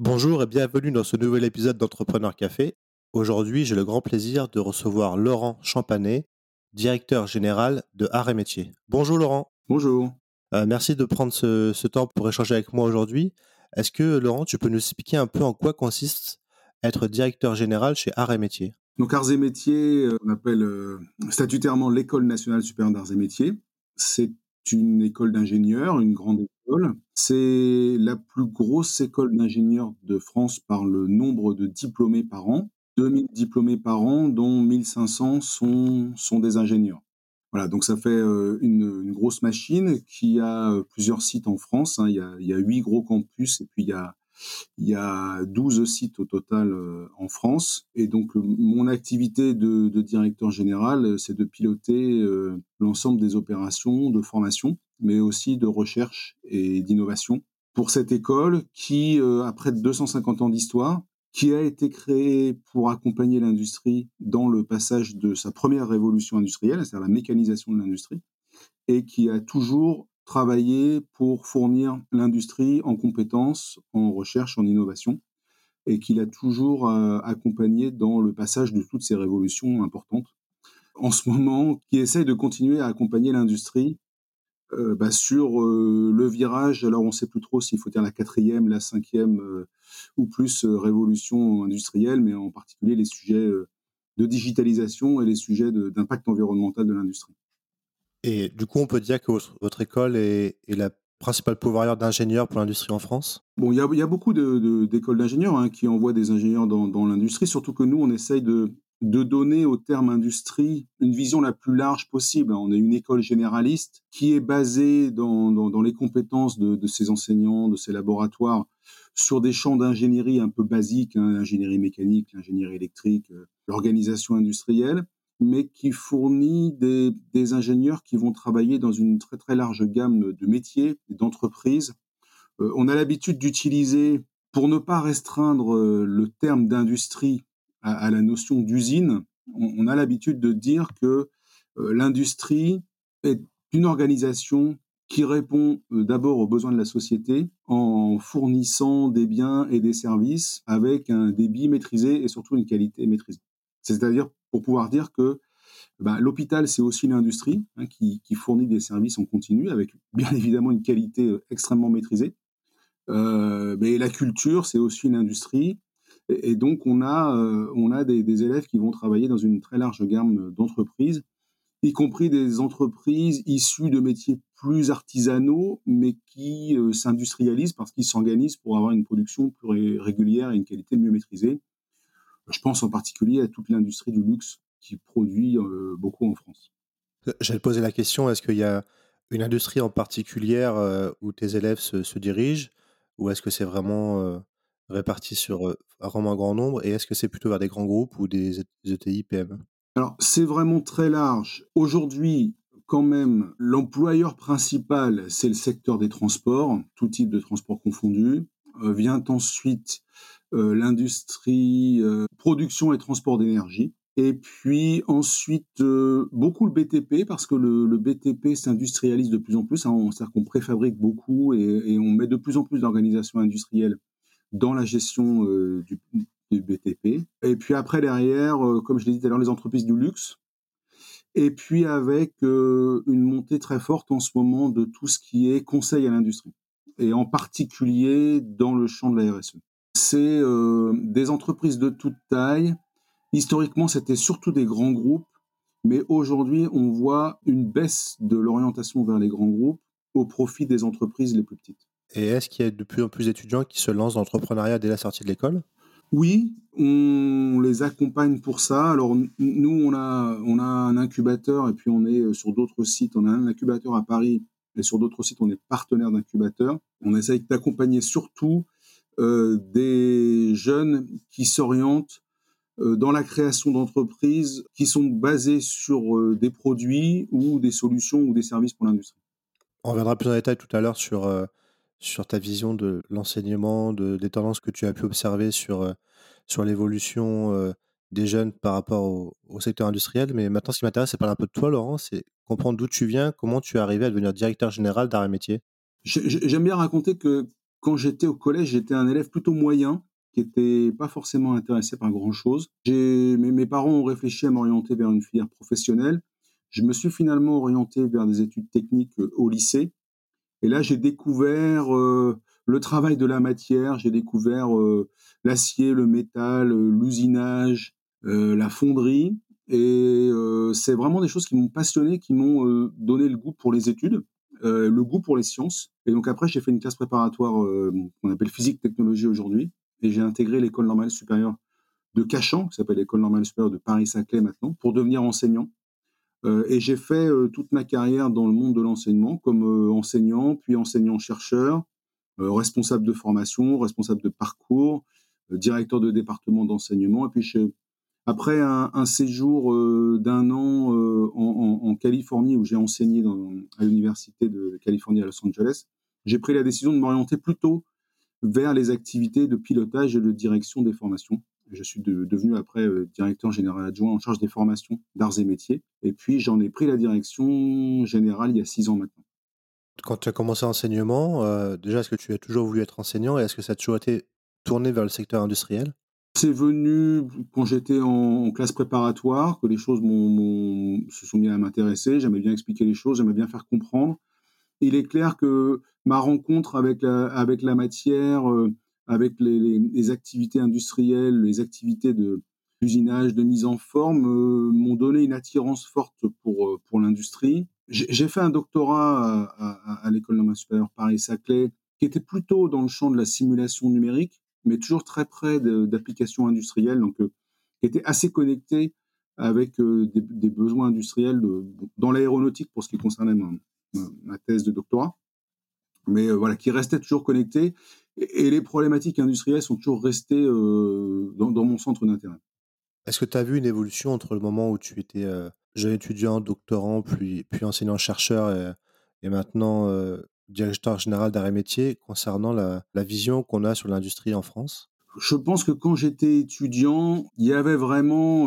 Bonjour et bienvenue dans ce nouvel épisode d'Entrepreneur Café. Aujourd'hui, j'ai le grand plaisir de recevoir Laurent Champanet, directeur général de Art et Métiers. Bonjour Laurent. Bonjour. Merci de prendre ce temps pour échanger avec moi aujourd'hui. Est-ce que Laurent, tu peux nous expliquer un peu en quoi consiste être directeur général chez Art et Métiers? Donc Arts et Métiers, on appelle statutairement l'École nationale supérieure d'arts et métiers. C'est une école d'ingénieurs, une grande école. C'est la plus grosse école d'ingénieurs de France par le nombre de diplômés par an. 2000 diplômés par an, dont 1500 sont des ingénieurs. Voilà, donc ça fait une grosse machine qui a plusieurs sites en France, hein. Il y a 8 gros campus et puis il y a 12 sites au total en France. Et donc, mon activité de directeur général, c'est de piloter l'ensemble des opérations de formation, mais aussi de recherche et d'innovation pour cette école qui a près de 250 ans d'histoire, qui a été créée pour accompagner l'industrie dans le passage de sa première révolution industrielle, c'est-à-dire la mécanisation de l'industrie, et qui a toujours travaillé pour fournir l'industrie en compétences, en recherche, en innovation, et qui l'a toujours accompagné dans le passage de toutes ces révolutions importantes. En ce moment, qui essaye de continuer à accompagner l'industrie sur le virage. Alors, on ne sait plus trop s'il faut dire la quatrième, la cinquième ou plus révolution industrielle, mais en particulier les sujets de digitalisation et les sujets d'impact environnemental de l'industrie. Et du coup, on peut dire que votre école est la principale pourvoyeur d'ingénieurs pour l'industrie en France? Bon, il y a beaucoup d'écoles d'ingénieurs hein, qui envoient des ingénieurs dans l'industrie, surtout que nous, on essaye de donner au terme industrie une vision la plus large possible. On est une école généraliste qui est basée dans les compétences de ses enseignants, de ses laboratoires, sur des champs d'ingénierie un peu basiques, hein, l'ingénierie mécanique, l'ingénierie électrique, l'organisation industrielle, mais qui fournit des ingénieurs qui vont travailler dans une très très large gamme de métiers et d'entreprises. On a l'habitude d'utiliser, pour ne pas restreindre le terme d'industrie à la notion d'usine, on a l'habitude de dire que l'industrie est une organisation qui répond d'abord aux besoins de la société en fournissant des biens et des services avec un débit maîtrisé et surtout une qualité maîtrisée. C'est-à-dire pour pouvoir dire que l'hôpital, c'est aussi l'industrie hein, qui fournit des services en continu avec bien évidemment une qualité extrêmement maîtrisée. Mais la culture, c'est aussi une industrie et donc on a des élèves qui vont travailler dans une très large gamme d'entreprises, y compris des entreprises issues de métiers plus artisanaux, mais qui s'industrialisent parce qu'ils s'organisent pour avoir une production plus régulière et une qualité mieux maîtrisée. Je pense en particulier à toute l'industrie du luxe qui produit beaucoup en France. J'allais te poser la question, est-ce qu'il y a une industrie en particulière, où tes élèves se dirigent? Ou est-ce que c'est vraiment, réparti sur, vraiment un grand nombre? Et est-ce que c'est plutôt vers des grands groupes ou des ETI, PME? Alors, c'est vraiment très large. Aujourd'hui, quand même, l'employeur principal, c'est le secteur des transports, tout type de transport confondu. Vient ensuite l'industrie, production et transport d'énergie. Et puis ensuite, beaucoup le BTP, parce que le BTP s'industrialise de plus en plus, hein. C'est-à-dire qu'on préfabrique beaucoup et on met de plus en plus d'organisations industrielles dans la gestion du BTP. Et puis après, derrière, comme je l'ai dit tout à l'heure, les entreprises du luxe. Et puis avec une montée très forte en ce moment de tout ce qui est conseil à l'industrie. Et en particulier dans le champ de la RSE. C'est des entreprises de toute taille. Historiquement, c'était surtout des grands groupes. Mais aujourd'hui, on voit une baisse de l'orientation vers les grands groupes au profit des entreprises les plus petites. Et est-ce qu'il y a de plus en plus d'étudiants qui se lancent dans l'entrepreneuriat dès la sortie de l'école? Oui, on les accompagne pour ça. Alors nous, on a un incubateur et puis on est sur d'autres sites. On a un incubateur à Paris et sur d'autres sites, on est partenaire d'incubateurs. On essaye d'accompagner surtout des jeunes qui s'orientent dans la création d'entreprises qui sont basées sur des produits ou des solutions ou des services pour l'industrie. On reviendra plus en détail tout à l'heure sur ta vision de l'enseignement, des tendances que tu as pu observer sur l'évolution, des jeunes par rapport au secteur industriel. Mais maintenant, ce qui m'intéresse, c'est parler un peu de toi, Laurent, c'est comprendre d'où tu viens, comment tu es arrivé à devenir directeur général d'Arts et Métiers? J'aime bien raconter que quand j'étais au collège, j'étais un élève plutôt moyen, qui était pas forcément intéressé par grand-chose. Mes parents ont réfléchi à m'orienter vers une filière professionnelle. Je me suis finalement orienté vers des études techniques, au lycée. Et là, j'ai découvert le travail de la matière, j'ai découvert l'acier, le métal, l'usinage, la fonderie. Et c'est vraiment des choses qui m'ont passionné, qui m'ont donné le goût pour les études, le goût pour les sciences. Et donc après, j'ai fait une classe préparatoire qu'on appelle physique-technologie aujourd'hui. Et j'ai intégré l'école normale supérieure de Cachan, qui s'appelle l'école normale supérieure de Paris-Saclay maintenant, pour devenir enseignant. Et j'ai fait toute ma carrière dans le monde de l'enseignement comme enseignant, puis enseignant-chercheur, responsable de formation, responsable de parcours, directeur de département d'enseignement. Et puis après un séjour d'un an en Californie où j'ai enseigné à l'université de Californie à Los Angeles, j'ai pris la décision de m'orienter plutôt vers les activités de pilotage et de direction des formations. Je suis devenu après directeur général adjoint en charge des formations d'arts et métiers. Et puis j'en ai pris la direction générale il y a 6 ans maintenant. Quand tu as commencé l'enseignement, déjà, est-ce que tu as toujours voulu être enseignant et est-ce que ça a toujours été tourné vers le secteur industriel? C'est venu quand j'étais en classe préparatoire que les choses se sont mis à m'intéresser. J'aimais bien expliquer les choses, j'aimais bien faire comprendre. Il est clair que ma rencontre avec la matière, avec les activités industrielles, les activités d'usinage, de mise en forme, m'ont donné une attirance forte pour l'industrie. J'ai fait un doctorat à l'École normale supérieure Paris-Saclay, qui était plutôt dans le champ de la simulation numérique, mais toujours très près d'applications industrielles, donc qui était assez connecté avec des besoins industriels dans l'aéronautique pour ce qui concernait ma thèse de doctorat, mais voilà, qui restait toujours connecté. Et les problématiques industrielles sont toujours restées dans mon centre d'intérêt. Est-ce que tu as vu une évolution entre le moment où tu étais jeune étudiant, doctorant, puis enseignant-chercheur et maintenant directeur général d'arts et métiers concernant la vision qu'on a sur l'industrie en France? Je pense que quand j'étais étudiant, il y avait vraiment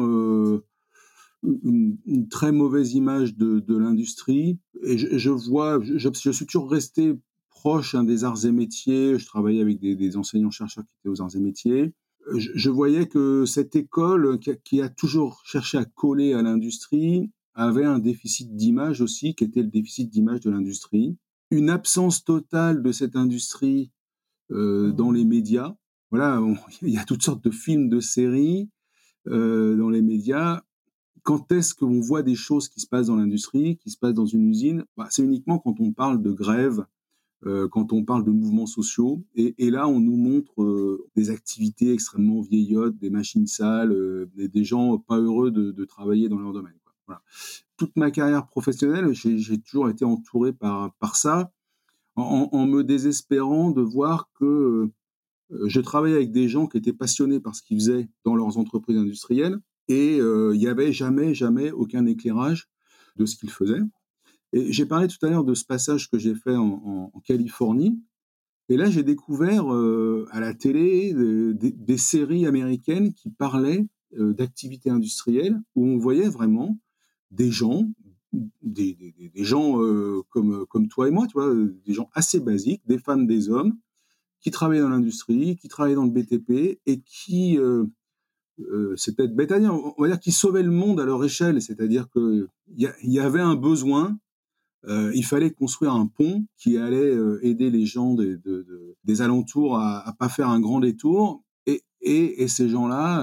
une très mauvaise image de l'industrie. Et je suis toujours resté proche des arts et métiers. Je travaillais avec des enseignants-chercheurs qui étaient aux arts et métiers. Je voyais que cette école qui a toujours cherché à coller à l'industrie avait un déficit d'image aussi, qui était le déficit d'image de l'industrie. Une absence totale de cette industrie dans les médias. Voilà, il y a toutes sortes de films, de séries dans les médias. Quand est-ce qu'on voit des choses qui se passent dans l'industrie, qui se passent dans une usine? C'est uniquement quand on parle de grève, quand on parle de mouvements sociaux. Et là, on nous montre des activités extrêmement vieillottes, des machines sales, des gens pas heureux de travailler dans leur domaine, quoi. Voilà. Toute ma carrière professionnelle, j'ai toujours été entouré par ça, en me désespérant de voir que je travaillais avec des gens qui étaient passionnés par ce qu'ils faisaient dans leurs entreprises industrielles et il n'y avait jamais, jamais aucun éclairage de ce qu'ils faisaient. Et j'ai parlé tout à l'heure de ce passage que j'ai fait en Californie. Et là, j'ai découvert à la télé des séries américaines qui parlaient d'activités industrielles où on voyait vraiment des gens, des gens comme toi et moi, tu vois, des gens assez basiques, des femmes, des hommes, qui travaillaient dans l'industrie, qui travaillaient dans le BTP et qui, c'est peut-être bête à dire, on va dire qui sauvaient le monde à leur échelle. C'est-à-dire qu'il y avait un besoin, il fallait construire un pont qui allait aider les gens des alentours à pas faire un grand détour. Et ces gens-là,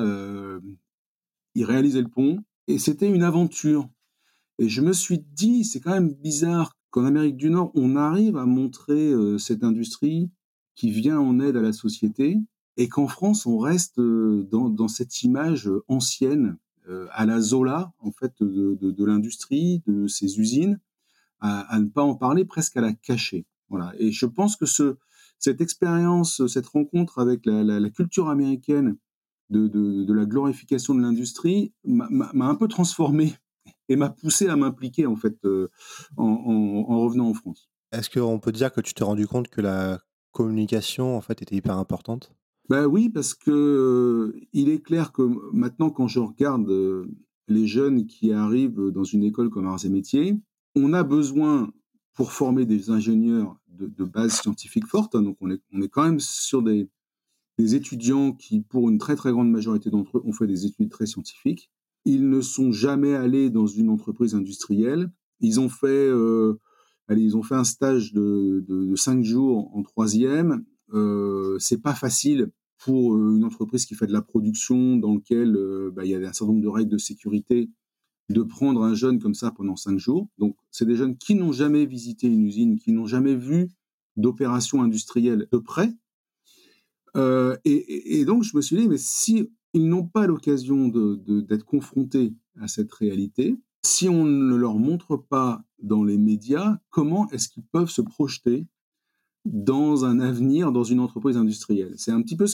ils réalisaient le pont et c'était une aventure. Et je me suis dit, c'est quand même bizarre qu'en Amérique du Nord, on arrive à montrer cette industrie qui vient en aide à la société, et qu'en France, on reste dans cette image ancienne, à la Zola, en fait, de l'industrie, de ces usines, à ne pas en parler, presque à la cacher. Voilà. Et je pense que cette expérience, cette rencontre avec la culture américaine de la glorification de l'industrie m'a un peu transformé et m'a poussé à m'impliquer en fait en revenant en France. Est-ce qu'on peut dire que tu t'es rendu compte que la communication, en fait, était hyper importante? Ben oui, parce que il est clair que maintenant, quand je regarde les jeunes qui arrivent dans une école comme Arts et Métiers, on a besoin, pour former des ingénieurs, de base scientifique forte, hein. Donc on est quand même sur des étudiants qui, pour une très très grande majorité d'entre eux, ont fait des études très scientifiques. Ils ne sont jamais allés dans une entreprise industrielle. Ils ont fait, ils ont fait un stage de 5 jours en troisième. C'est pas facile pour une entreprise qui fait de la production dans lequel il y a un certain nombre de règles de sécurité de prendre un jeune comme ça pendant 5 jours. Donc, c'est des jeunes qui n'ont jamais visité une usine, qui n'ont jamais vu d'opération industrielle de près. Et donc, je me suis dit, mais si ils n'ont pas l'occasion d'être confrontés à cette réalité, si on ne leur montre pas dans les médias, comment est-ce qu'ils peuvent se projeter dans un avenir dans une entreprise industrielle? C'est un petit peu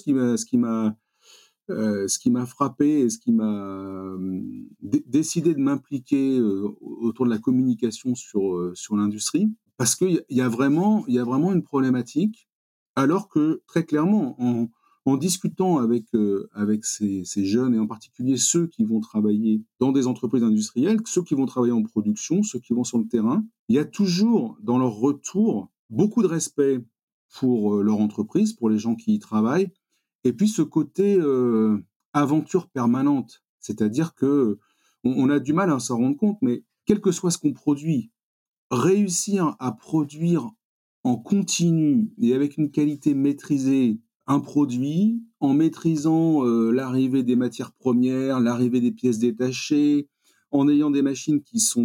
ce qui m'a frappé et ce qui m'a décidé de m'impliquer autour de la communication sur l'industrie, parce qu'il y a vraiment une problématique, alors que très clairement, en discutant avec ces jeunes, et en particulier ceux qui vont travailler dans des entreprises industrielles, ceux qui vont travailler en production, ceux qui vont sur le terrain, il y a toujours dans leur retour beaucoup de respect pour leur entreprise, pour les gens qui y travaillent, et puis ce côté aventure permanente, c'est-à-dire que on a du mal à s'en rendre compte, mais quel que soit ce qu'on produit, réussir à produire en continu et avec une qualité maîtrisée un produit, en maîtrisant l'arrivée des matières premières, l'arrivée des pièces détachées, en ayant des machines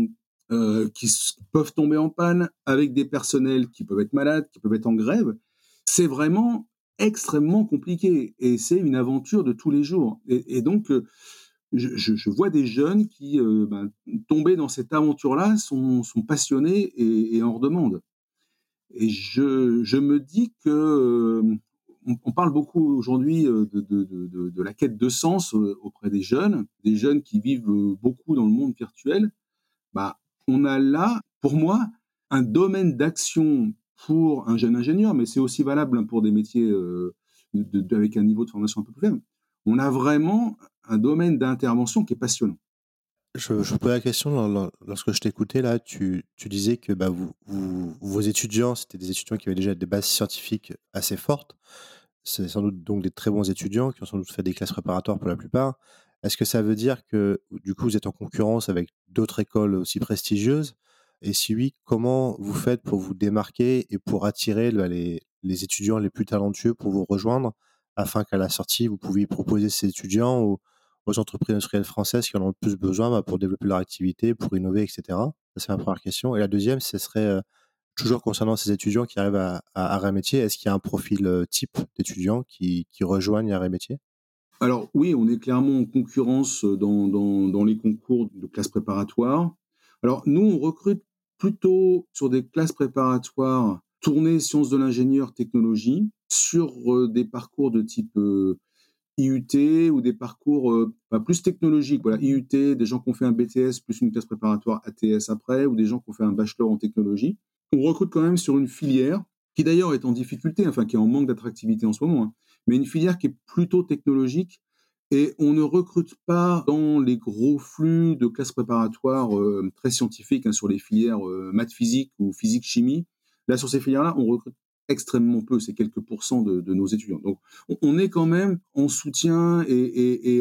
peuvent tomber en panne, avec des personnels qui peuvent être malades, qui peuvent être en grève, c'est vraiment extrêmement compliqué et c'est une aventure de tous les jours. Et donc, je vois des jeunes qui, tombés dans cette aventure-là, sont passionnés et en redemandent. Et je me dis que on parle beaucoup aujourd'hui de la quête de sens auprès des jeunes qui vivent beaucoup dans le monde virtuel. Bah, on a là, pour moi, un domaine d'action pour un jeune ingénieur, mais c'est aussi valable pour des métiers avec un niveau de formation un peu plus faible. On a vraiment un domaine d'intervention qui est passionnant. Je me posais la question lorsque je t'écoutais là, tu disais que bah, vos étudiants, c'était des étudiants qui avaient déjà des bases scientifiques assez fortes. C'est sans doute donc des très bons étudiants qui ont sans doute fait des classes préparatoires pour la plupart. Est-ce que ça veut dire que du coup vous êtes en concurrence avec d'autres écoles aussi prestigieuses? Et si oui, comment vous faites pour vous démarquer et pour attirer les étudiants les plus talentueux pour vous rejoindre afin qu'à la sortie vous pouviez proposer ces étudiants aux entreprises industrielles françaises qui en ont le plus besoin bah, pour développer leur activité, pour innover, etc. Ça, c'est ma première question. Et la deuxième, ce serait toujours concernant ces étudiants qui arrivent à Arrêt Métier, est-ce qu'il y a un profil type d'étudiants qui rejoignent Arrêt Métier? Alors oui, on est clairement en concurrence dans les concours de classes préparatoires. Alors nous, on recrute plutôt sur des classes préparatoires tournées sciences de l'ingénieur technologie, sur des parcours de type IUT ou des parcours plus technologiques. Voilà, IUT, des gens qui ont fait un BTS plus une classe préparatoire ATS après, ou des gens qui ont fait un bachelor en technologie. On recrute quand même sur une filière qui d'ailleurs est en difficulté, enfin qui est en manque d'attractivité en ce moment, hein, mais une filière qui est plutôt technologique, et on ne recrute pas dans les gros flux de classes préparatoires très scientifiques, hein, sur les filières maths physique ou physique chimie. Là, sur ces filières-là, on recrute extrêmement peu, c'est quelques pourcents de nos étudiants. Donc, on est quand même en soutien et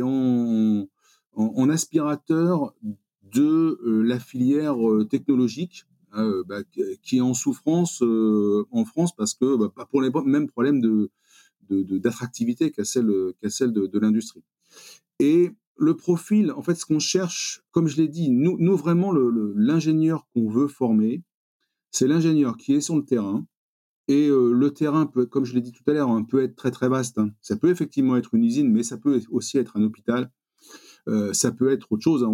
en aspirateur de la filière technologique, qui est en souffrance en France, parce que pas pour les mêmes problèmes d'attractivité qu'à celle de l'industrie. Et le profil, en fait, ce qu'on cherche, comme je l'ai dit, nous vraiment, l'ingénieur qu'on veut former, c'est l'ingénieur qui est sur le terrain. Et le terrain peut, comme je l'ai dit tout à l'heure, hein, peut être très très vaste, hein. Ça peut effectivement être une usine, mais ça peut aussi être un hôpital. Ça peut être autre chose, hein.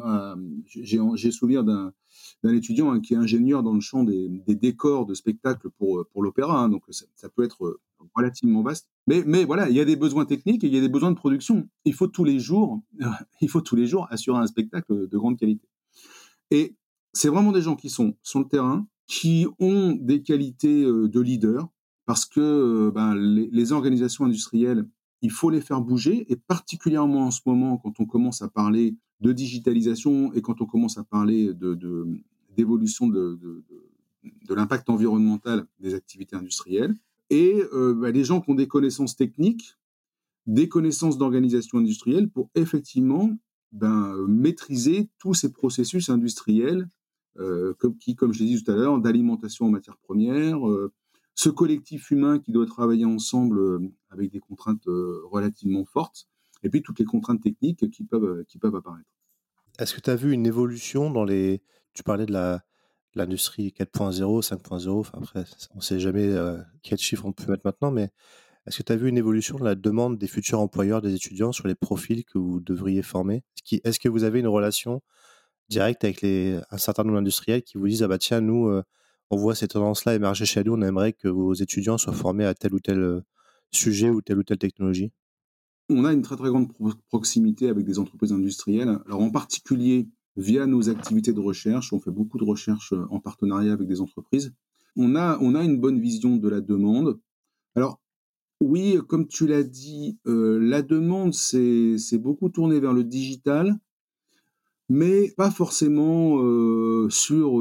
J'ai souvenir d'un étudiant, hein, qui est ingénieur dans le champ des décors de spectacle pour l'opéra, hein. Donc ça peut être relativement vaste. Mais voilà, il y a des besoins techniques et il y a des besoins de production. Il faut tous les jours, il faut tous les jours assurer un spectacle de grande qualité. Et c'est vraiment des gens qui sont sur le terrain, qui ont des qualités de leader, parce que les organisations industrielles, il faut les faire bouger, et particulièrement en ce moment, quand on commence à parler de digitalisation et quand on commence à parler d'évolution de l'impact environnemental des activités industrielles, et des gens qui ont des connaissances techniques, des connaissances d'organisation industrielle pour effectivement maîtriser tous ces processus industriels, comme je l'ai dit tout à l'heure, d'alimentation en matières premières, ce collectif humain qui doit travailler ensemble avec des contraintes relativement fortes, et puis toutes les contraintes techniques qui peuvent apparaître. Est-ce que tu as vu une évolution dans les tu parlais de l'industrie 4.0, 5.0, enfin après on ne sait jamais, quel chiffre on peut mettre maintenant, mais est-ce que tu as vu une évolution de la demande des futurs employeurs des étudiants sur les profils que vous devriez former? Est-ce que vous avez une relation directe avec un certain nombre d'industriels qui vous disent: «Ah bah tiens, nous, on voit ces tendances-là émerger chez nous, on aimerait que vos étudiants soient formés à tel ou tel, sujet ou telle technologie»? On a une très très grande proximité avec des entreprises industrielles. Alors en particulier via nos activités de recherche, on fait beaucoup de recherche en partenariat avec des entreprises. On a une bonne vision de la demande. Alors oui, comme tu l'as dit, la demande c'est beaucoup tourné vers le digital, mais pas forcément sur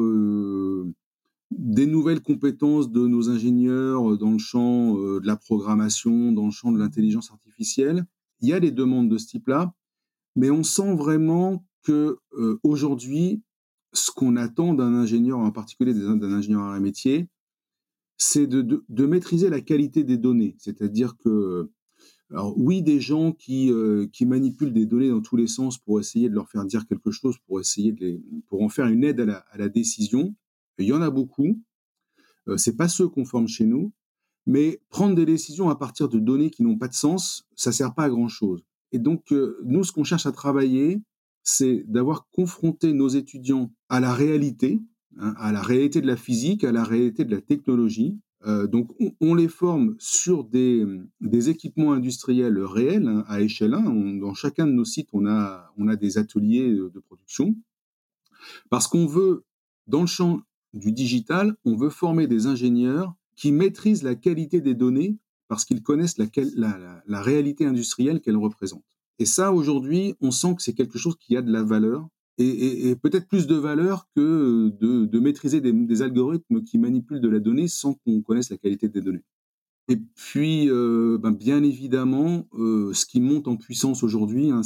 des nouvelles compétences de nos ingénieurs dans le champ de la programmation, dans le champ de l'intelligence artificielle. Il y a des demandes de ce type-là, mais on sent vraiment que aujourd'hui, ce qu'on attend d'un ingénieur, en particulier d'un ingénieur à un métier, c'est de maîtriser la qualité des données. C'est-à-dire que, alors oui, des gens qui manipulent des données dans tous les sens pour essayer de leur faire dire quelque chose, pour en faire une aide à la décision, il y en a beaucoup. C'est pas ceux qu'on forme chez nous, mais prendre des décisions à partir de données qui n'ont pas de sens, ça sert pas à grand chose. Et donc, nous, ce qu'on cherche à travailler, c'est d'avoir confronté nos étudiants à la réalité, hein, à la réalité de la physique, à la réalité de la technologie. Donc, on les forme sur des équipements industriels réels, hein, à échelle 1. Dans chacun de nos sites, on a des ateliers de production. Parce qu'on veut, dans le champ du digital, on veut former des ingénieurs qui maîtrisent la qualité des données parce qu'ils connaissent la réalité industrielle qu'elle représente. Et ça, aujourd'hui, on sent que c'est quelque chose qui a de la valeur et peut-être plus de valeur que de maîtriser des algorithmes qui manipulent de la donnée sans qu'on connaisse la qualité des données. Et puis, bien évidemment, ce qui monte en puissance aujourd'hui, hein,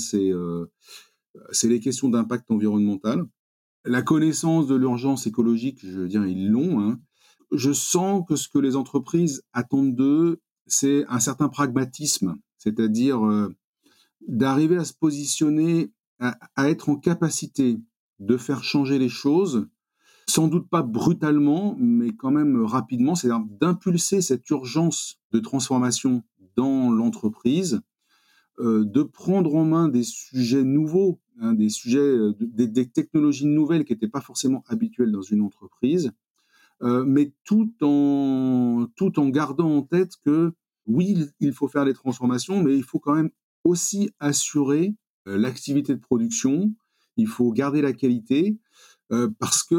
c'est les questions d'impact environnemental. La connaissance de l'urgence écologique, je veux dire, ils l'ont, hein. Je sens que ce que les entreprises attendent d'eux, c'est un certain pragmatisme, c'est-à-dire d'arriver à se positionner, à être en capacité de faire changer les choses, sans doute pas brutalement, mais quand même rapidement, c'est-à-dire d'impulser cette urgence de transformation dans l'entreprise, de prendre en main des sujets nouveaux, hein, des sujets, des technologies nouvelles qui n'étaient pas forcément habituelles dans une entreprise, mais tout en gardant en tête que oui, il faut faire des transformations, mais il faut quand même aussi assurer l'activité de production. Il faut garder la qualité parce que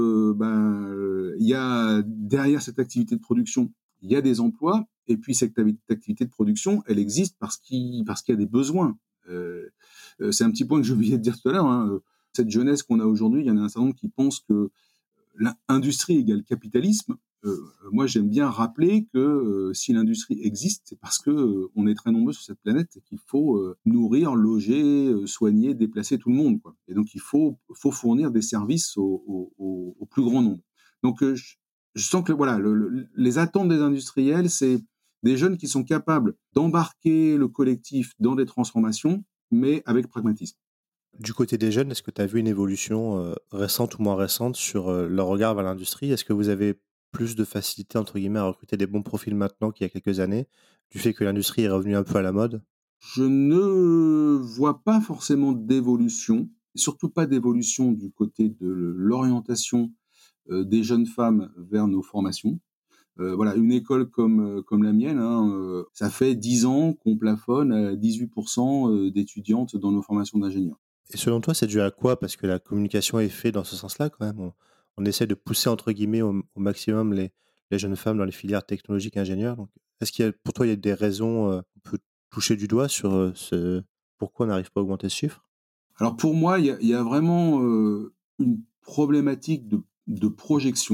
il y a derrière cette activité de production, il y a des emplois. Et puis cette activité de production, elle existe parce qu'il y a des besoins. C'est un petit point que j'ai oublié de dire tout à l'heure, hein. Cette jeunesse qu'on a aujourd'hui, il y en a un certain nombre qui pensent que l'industrie égale capitalisme. Moi, j'aime bien rappeler que si l'industrie existe, c'est parce que on est très nombreux sur cette planète et qu'il faut nourrir, loger, soigner, déplacer tout le monde, quoi. Et donc, il faut fournir des services au plus grand nombre. Donc, je sens que voilà, les attentes des industriels, c'est des jeunes qui sont capables d'embarquer le collectif dans des transformations, mais avec pragmatisme. Du côté des jeunes, est-ce que tu as vu une évolution, récente ou moins récente sur, leur regard vers l'industrie? Est-ce que vous avez plus de «facilité» entre guillemets à recruter des bons profils maintenant qu'il y a quelques années, du fait que l'industrie est revenue un peu à la mode? Je ne vois pas forcément d'évolution, surtout pas d'évolution du côté de l'orientation des jeunes femmes vers nos formations. Voilà, une école comme la mienne, hein, ça fait 10 ans qu'on plafonne à 18% d'étudiantes dans nos formations d'ingénieurs. Et selon toi, c'est dû à quoi? Parce que la communication est faite dans ce sens-là quand même. On essaie de «pousser» entre guillemets au maximum les jeunes femmes dans les filières technologiques et ingénieurs. Donc est-ce qu'il y a pour toi, il y a des raisons, qu'on peut toucher du doigt sur, pourquoi on n'arrive pas à augmenter ce chiffre? Alors pour moi, il y a vraiment une problématique de projection.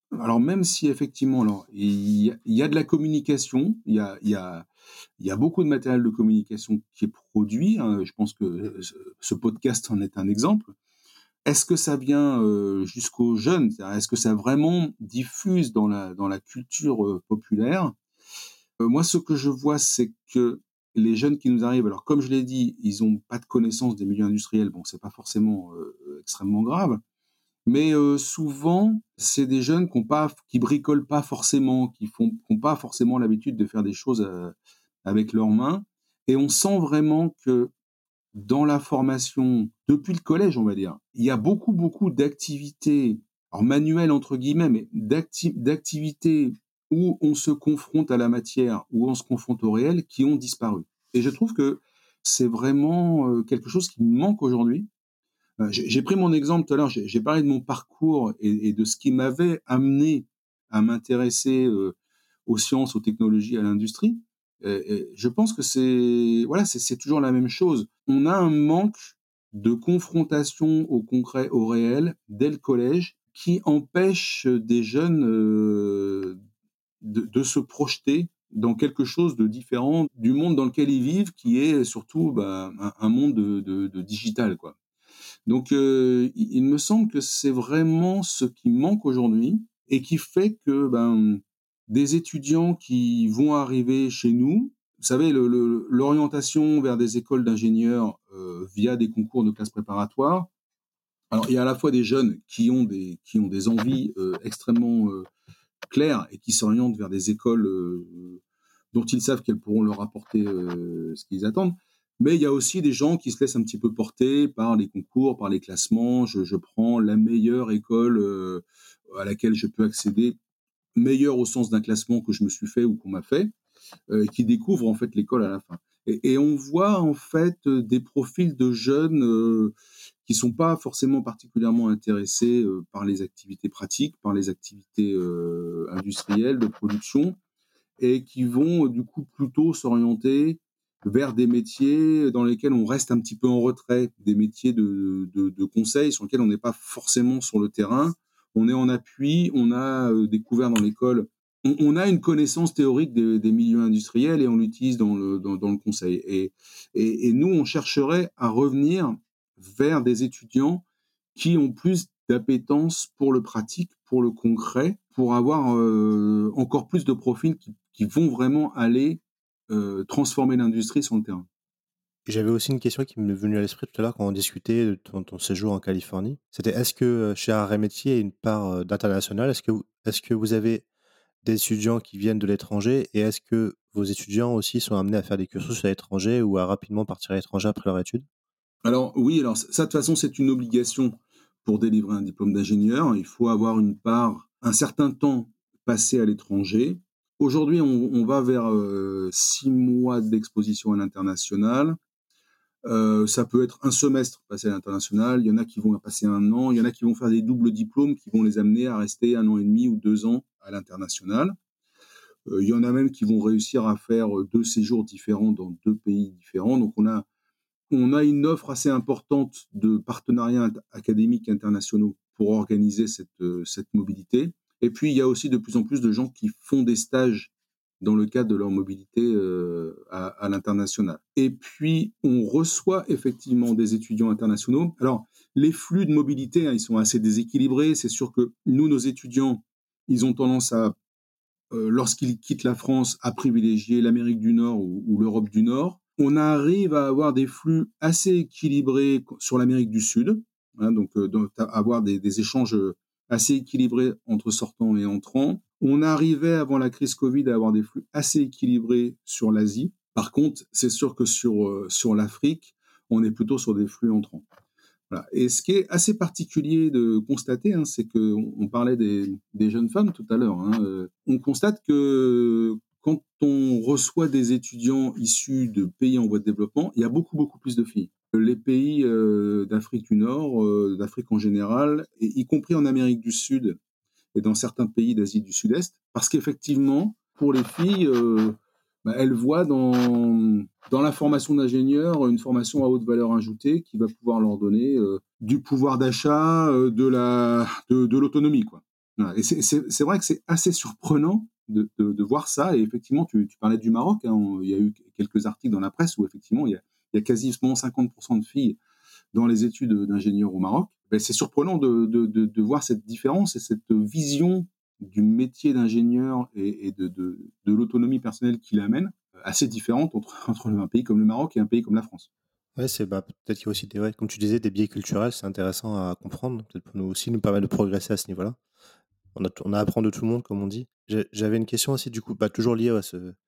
Alors même si effectivement, alors il y a de la communication, il y a beaucoup de matériel de communication qui est produit, hein, je pense que ce podcast en est un exemple. Est-ce que ça vient, jusqu'aux jeunes? C'est-à-dire, est-ce que ça vraiment diffuse dans la culture, populaire? Moi, ce que je vois, c'est que les jeunes qui nous arrivent, alors comme je l'ai dit, ils ont pas de connaissance des milieux industriels, bon, c'est pas forcément, extrêmement grave. Mais souvent, c'est des jeunes qui bricolent pas forcément, qui ont pas forcément l'habitude de faire des choses, avec leurs mains, et on sent vraiment que dans la formation, depuis le collège, on va dire, il y a beaucoup, beaucoup d'activités, alors «manuelles» entre guillemets, mais d'activités où on se confronte à la matière, où on se confronte au réel, qui ont disparu. Et je trouve que c'est vraiment, quelque chose qui me manque aujourd'hui. J'ai pris mon exemple tout à l'heure, j'ai parlé de mon parcours et de ce qui m'avait amené à m'intéresser, aux sciences, aux technologies, à l'industrie. Et je pense que c'est toujours la même chose. On a un manque de confrontation au concret, au réel, dès le collège, qui empêche des jeunes, de se projeter dans quelque chose de différent du monde dans lequel ils vivent, qui est surtout, bah, un monde de digital, quoi. Donc, il me semble que c'est vraiment ce qui manque aujourd'hui et qui fait que, ben, des étudiants qui vont arriver chez nous, vous savez, l'orientation vers des écoles d'ingénieurs, via des concours de classe préparatoire. Alors, il y a à la fois des jeunes qui ont des envies, extrêmement, claires et qui s'orientent vers des écoles, dont ils savent qu'elles pourront leur apporter, ce qu'ils attendent. Mais il y a aussi des gens qui se laissent un petit peu porter par les concours, par les classements. Je prends la meilleure école, à laquelle je peux accéder, meilleure au sens d'un classement que je me suis fait ou qu'on m'a fait, qui découvrent en fait l'école à la fin. Et on voit en fait, des profils de jeunes, qui sont pas forcément particulièrement intéressés, par les activités pratiques, par les activités, industrielles de production, et qui vont du coup plutôt s'orienter vers des métiers dans lesquels on reste un petit peu en retrait, des métiers de conseil sur lesquels on n'est pas forcément sur le terrain. On est en appui, on a découvert dans l'école, on a une connaissance théorique des milieux industriels et on l'utilise dans le conseil. Et nous, on chercherait à revenir vers des étudiants qui ont plus d'appétence pour le pratique, pour le concret, pour avoir encore plus de profils qui vont vraiment aller transformer l'industrie sur le terrain. Et j'avais aussi une question qui m'est venue à l'esprit tout à l'heure quand on discutait de ton séjour en Californie. C'était est-ce que chez Arrêt Métier, il y a une part d'international? Est-ce que vous avez des étudiants qui viennent de l'étranger et est-ce que vos étudiants aussi sont amenés à faire des cursus à l'étranger ou à rapidement partir à l'étranger après leur étude? Alors oui, alors ça de toute façon c'est une obligation pour délivrer un diplôme d'ingénieur. Il faut avoir une part, un certain temps passé à l'étranger. Aujourd'hui, on va vers 6 mois d'exposition à l'international. Ça peut être un semestre passé à l'international, il y en a qui vont passer 1 an, il y en a qui vont faire des doubles diplômes qui vont les amener à rester 1 an et demi ou 2 ans à l'international. Il y en a même qui vont réussir à faire 2 séjours différents dans 2 pays différents. Donc on a une offre assez importante de partenariats académiques internationaux pour organiser cette mobilité. Et puis, il y a aussi de plus en plus de gens qui font des stages dans le cadre de leur mobilité à l'international. Et puis, on reçoit effectivement des étudiants internationaux. Alors, les flux de mobilité, hein, ils sont assez déséquilibrés. C'est sûr que nous, nos étudiants, ils ont tendance à, lorsqu'ils quittent la France, à privilégier l'Amérique du Nord ou l'Europe du Nord. On arrive à avoir des flux assez équilibrés sur l'Amérique du Sud, hein, donc avoir des échanges assez équilibrés entre sortants et entrants. On arrivait avant la crise Covid à avoir des flux assez équilibrés sur l'Asie. Par contre, c'est sûr que sur l'Afrique, on est plutôt sur des flux entrants. Voilà. Et ce qui est assez particulier de constater, hein, c'est qu'on parlait des jeunes femmes tout à l'heure. Hein, on constate que quand on reçoit des étudiants issus de pays en voie de développement, il y a beaucoup, beaucoup plus de filles. Les pays d'Afrique du Nord, d'Afrique en général, et y compris en Amérique du Sud et dans certains pays d'Asie du Sud-Est, parce qu'effectivement, pour les filles, bah, elles voient dans la formation d'ingénieur une formation à haute valeur ajoutée qui va pouvoir leur donner du pouvoir d'achat, de l'autonomie, quoi. Voilà. Et c'est vrai que c'est assez surprenant de voir ça. Et effectivement, tu parlais du Maroc. Hein, il y a eu quelques articles dans la presse où effectivement, il y a quasiment 50% de filles dans les études d'ingénieur au Maroc. Ben, c'est surprenant de voir cette différence et cette vision du métier d'ingénieur et de l'autonomie personnelle qu'il amène, assez différente entre un pays comme le Maroc et un pays comme la France. Ouais, c'est peut-être qu'il y a aussi ouais, comme tu disais, des biais culturels, c'est intéressant à comprendre, peut-être pour nous aussi nous permettre de progresser à ce niveau-là. On a à apprendre de tout le monde, comme on dit. J'avais une question aussi, du coup, toujours liée à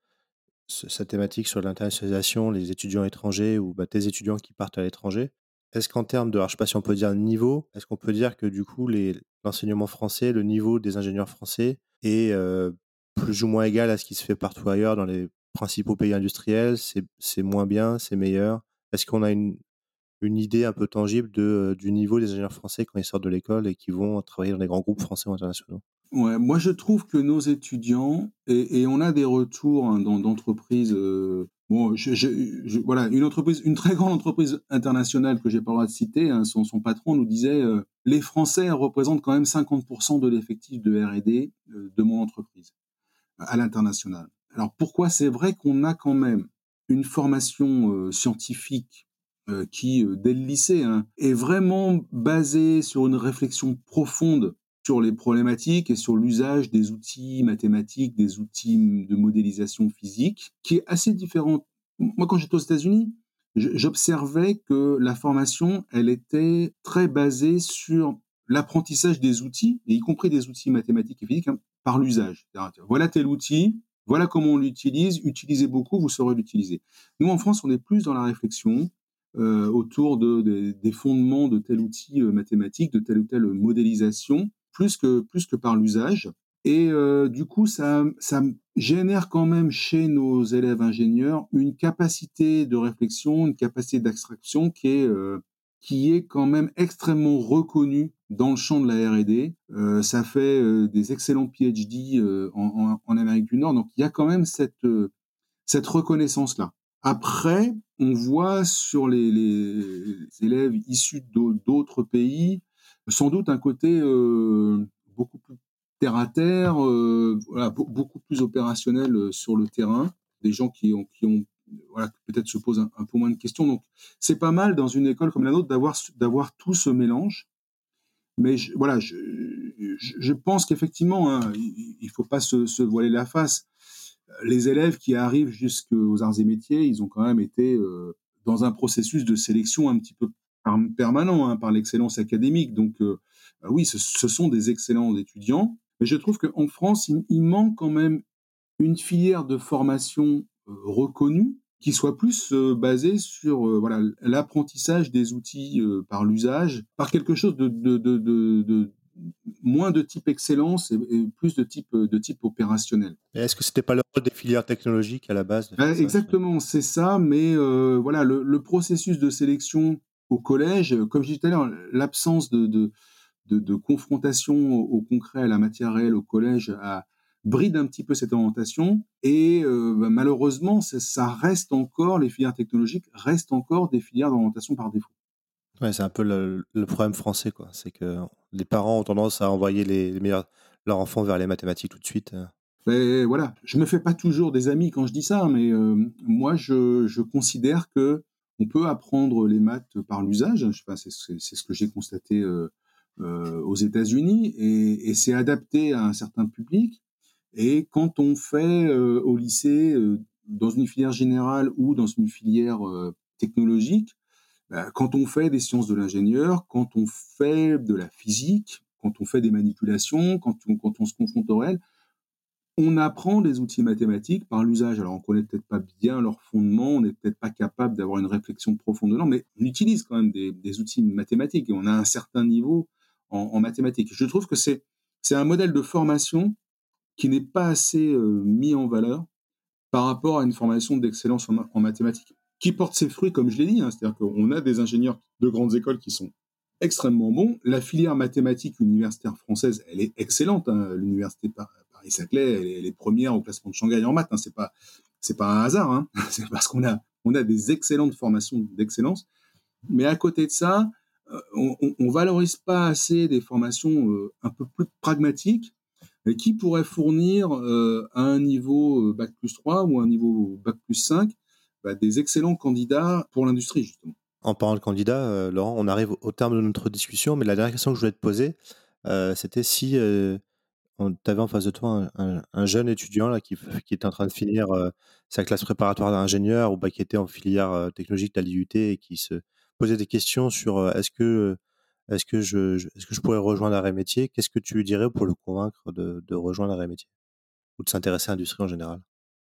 cette thématique sur l'internationalisation, les étudiants étrangers ou tes étudiants qui partent à l'étranger. Est-ce qu'en termes de, alors je sais pas si on peut dire niveau, est-ce qu'on peut dire que du coup l'enseignement français, le niveau des ingénieurs français est plus ou moins égal à ce qui se fait partout ailleurs dans les principaux pays industriels? C'est moins bien, c'est meilleur? Est-ce qu'on a une idée un peu tangible du niveau des ingénieurs français quand ils sortent de l'école et qui vont travailler dans des grands groupes français ou internationaux? Ouais, moi je trouve que nos étudiants, et on a des retours hein, d'entreprises, bon, voilà, une très grande entreprise internationale que j'ai pas le droit de citer, hein, son patron nous disait, les Français représentent quand même 50% de l'effectif de R&D de mon entreprise à l'international. Alors pourquoi? C'est vrai qu'on a quand même une formation scientifique qui, dès le lycée, hein, est vraiment basée sur une réflexion profonde sur les problématiques et sur l'usage des outils mathématiques, des outils de modélisation physique, qui est assez différente. Moi, quand j'étais aux États-Unis, j'observais que la formation, elle était très basée sur l'apprentissage des outils, et y compris des outils mathématiques et physiques, hein, par l'usage. Voilà tel outil, voilà comment on l'utilise, utilisez beaucoup, vous saurez l'utiliser. Nous, en France, on est plus dans la réflexion autour des fondements de tel outil mathématique, de telle ou telle modélisation, plus que par l'usage. Et du coup, ça génère quand même chez nos élèves ingénieurs une capacité de réflexion, une capacité d'abstraction qui est quand même extrêmement reconnue dans le champ de la R&D. Ça fait des excellents PhD en Amérique du Nord. Donc, il y a quand même cette reconnaissance-là. Après, on voit sur les élèves issus d'autres pays, sans doute un côté beaucoup plus terre à terre, voilà, beaucoup plus opérationnel sur le terrain, des gens qui ont voilà, peut-être se posent un peu moins de questions. Donc, c'est pas mal dans une école comme la nôtre d'avoir tout ce mélange. Mais voilà, je pense qu'effectivement, hein, il faut pas se voiler la face. Les élèves qui arrivent jusqu'aux arts et métiers, ils ont quand même été dans un processus de sélection un petit peu permanent hein, par l'excellence académique. Donc oui, ce sont des excellents étudiants. Mais je trouve qu'en France, il manque quand même une filière de formation reconnue qui soit plus basée sur voilà l'apprentissage des outils par l'usage, par quelque chose de moins de type excellence et plus de type opérationnel. Et est-ce que c'était pas le rôle des filières technologiques à la base de faire ça? Exactement, c'est ça, mais voilà, le processus de sélection au collège, comme je disais tout à l'heure, l'absence de confrontation au concret, à la matière réelle au collège, bride un petit peu cette orientation. Et malheureusement, ça reste encore, les filières technologiques restent encore des filières d'orientation par défaut. Ouais, c'est un peu le problème français, quoi. C'est que les parents ont tendance à envoyer les meilleurs, leurs enfants vers les mathématiques tout de suite. Mais voilà, je me fais pas toujours des amis quand je dis ça, mais moi je considère que on peut apprendre les maths par l'usage. Je sais pas, c'est ce que j'ai constaté aux États-Unis, et c'est adapté à un certain public. Et quand on fait au lycée, dans une filière générale ou dans une filière technologique, quand on fait des sciences de l'ingénieur, quand on fait de la physique, quand on fait des manipulations, quand on se confronte au réel, on apprend des outils mathématiques par l'usage. Alors, on connaît peut-être pas bien leurs fondements, on n'est peut-être pas capable d'avoir une réflexion profonde dedans, mais on utilise quand même des outils mathématiques et on a un certain niveau en mathématiques. Je trouve que c'est un modèle de formation qui n'est pas assez mis en valeur par rapport à une formation d'excellence en mathématiques, qui porte ses fruits, comme je l'ai dit. Hein, c'est-à-dire qu'on a des ingénieurs de grandes écoles qui sont extrêmement bons. La filière mathématique universitaire française, elle est excellente. Hein. L'université Paris-Saclay, elle est première au classement de Shanghai en maths. Hein. C'est pas un hasard. Hein. C'est parce qu'on a des excellentes formations d'excellence. Mais à côté de ça, on valorise pas assez des formations un peu plus pragmatiques, et qui pourraient fournir à un niveau Bac+3 ou un niveau Bac+5 des excellents candidats pour l'industrie, justement. En parlant de candidats, Laurent, on arrive au terme de notre discussion, mais la dernière question que je voulais te poser, c'était si tu avais en face de toi un jeune étudiant là, qui était en train de finir sa classe préparatoire d'ingénieur ou qui était en filière technologique de la DUT et qui se posait des questions sur est-ce que je pourrais rejoindre l'arrêt métier. Qu'est-ce que tu lui dirais pour le convaincre de rejoindre l'arrêt métier ou de s'intéresser à l'industrie en général?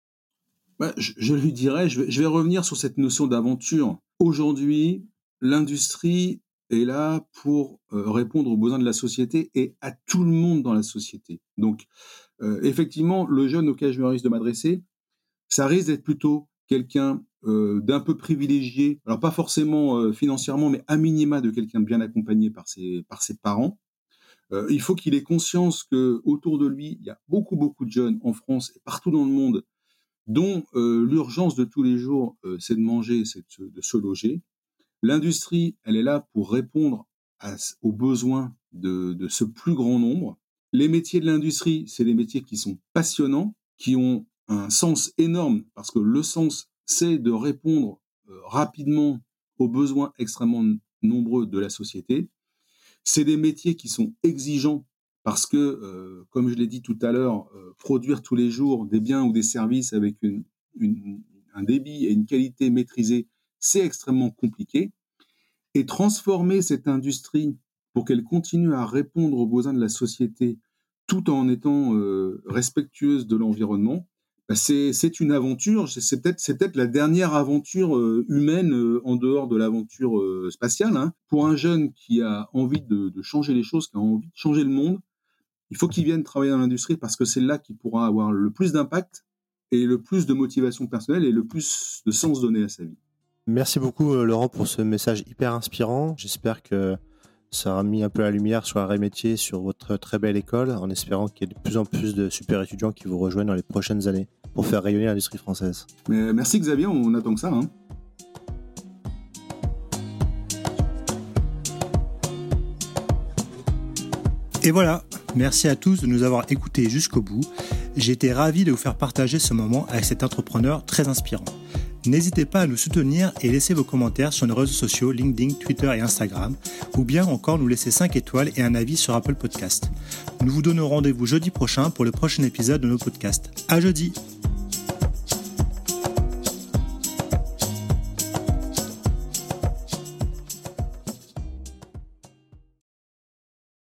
Je lui dirais, je vais revenir sur cette notion d'aventure. Aujourd'hui, l'industrie est là pour répondre aux besoins de la société et à tout le monde dans la société. Donc, effectivement, le jeune auquel je risque de m'adresser, ça risque d'être plutôt quelqu'un d'un peu privilégié, alors pas forcément financièrement, mais à minima de quelqu'un bien accompagné par ses parents. Il faut qu'il ait conscience que autour de lui, il y a beaucoup de jeunes en France et partout dans le monde dont l'urgence de tous les jours, c'est de manger, c'est de se loger. L'industrie, elle est là pour répondre aux besoins de ce plus grand nombre. Les métiers de l'industrie, c'est des métiers qui sont passionnants, qui ont un sens énorme, parce que le sens, c'est de répondre rapidement aux besoins extrêmement nombreux de la société. C'est des métiers qui sont exigeants, parce que, comme je l'ai dit tout à l'heure, produire tous les jours des biens ou des services avec un débit et une qualité maîtrisée, c'est extrêmement compliqué. Et transformer cette industrie pour qu'elle continue à répondre aux besoins de la société tout en étant respectueuse de l'environnement, c'est une aventure. C'est peut-être la dernière aventure humaine en dehors de l'aventure spatiale. Hein. Pour un jeune qui a envie de changer les choses, qui a envie de changer le monde, il faut qu'il vienne travailler dans l'industrie parce que c'est là qu'il pourra avoir le plus d'impact et le plus de motivation personnelle et le plus de sens donné à sa vie. Merci beaucoup Laurent pour ce message hyper inspirant. J'espère que ça aura mis un peu la lumière sur l'arrêt métier, sur votre très belle école, en espérant qu'il y ait de plus en plus de super étudiants qui vous rejoignent dans les prochaines années pour faire rayonner l'industrie française. Mais merci Xavier, on attend que ça. Hein. Et voilà, merci à tous de nous avoir écoutés jusqu'au bout. J'ai été ravi de vous faire partager ce moment avec cet entrepreneur très inspirant. N'hésitez pas à nous soutenir et laisser vos commentaires sur nos réseaux sociaux LinkedIn, Twitter et Instagram, ou bien encore nous laisser 5 étoiles et un avis sur Apple Podcast. Nous vous donnons rendez-vous jeudi prochain pour le prochain épisode de nos podcasts. À jeudi!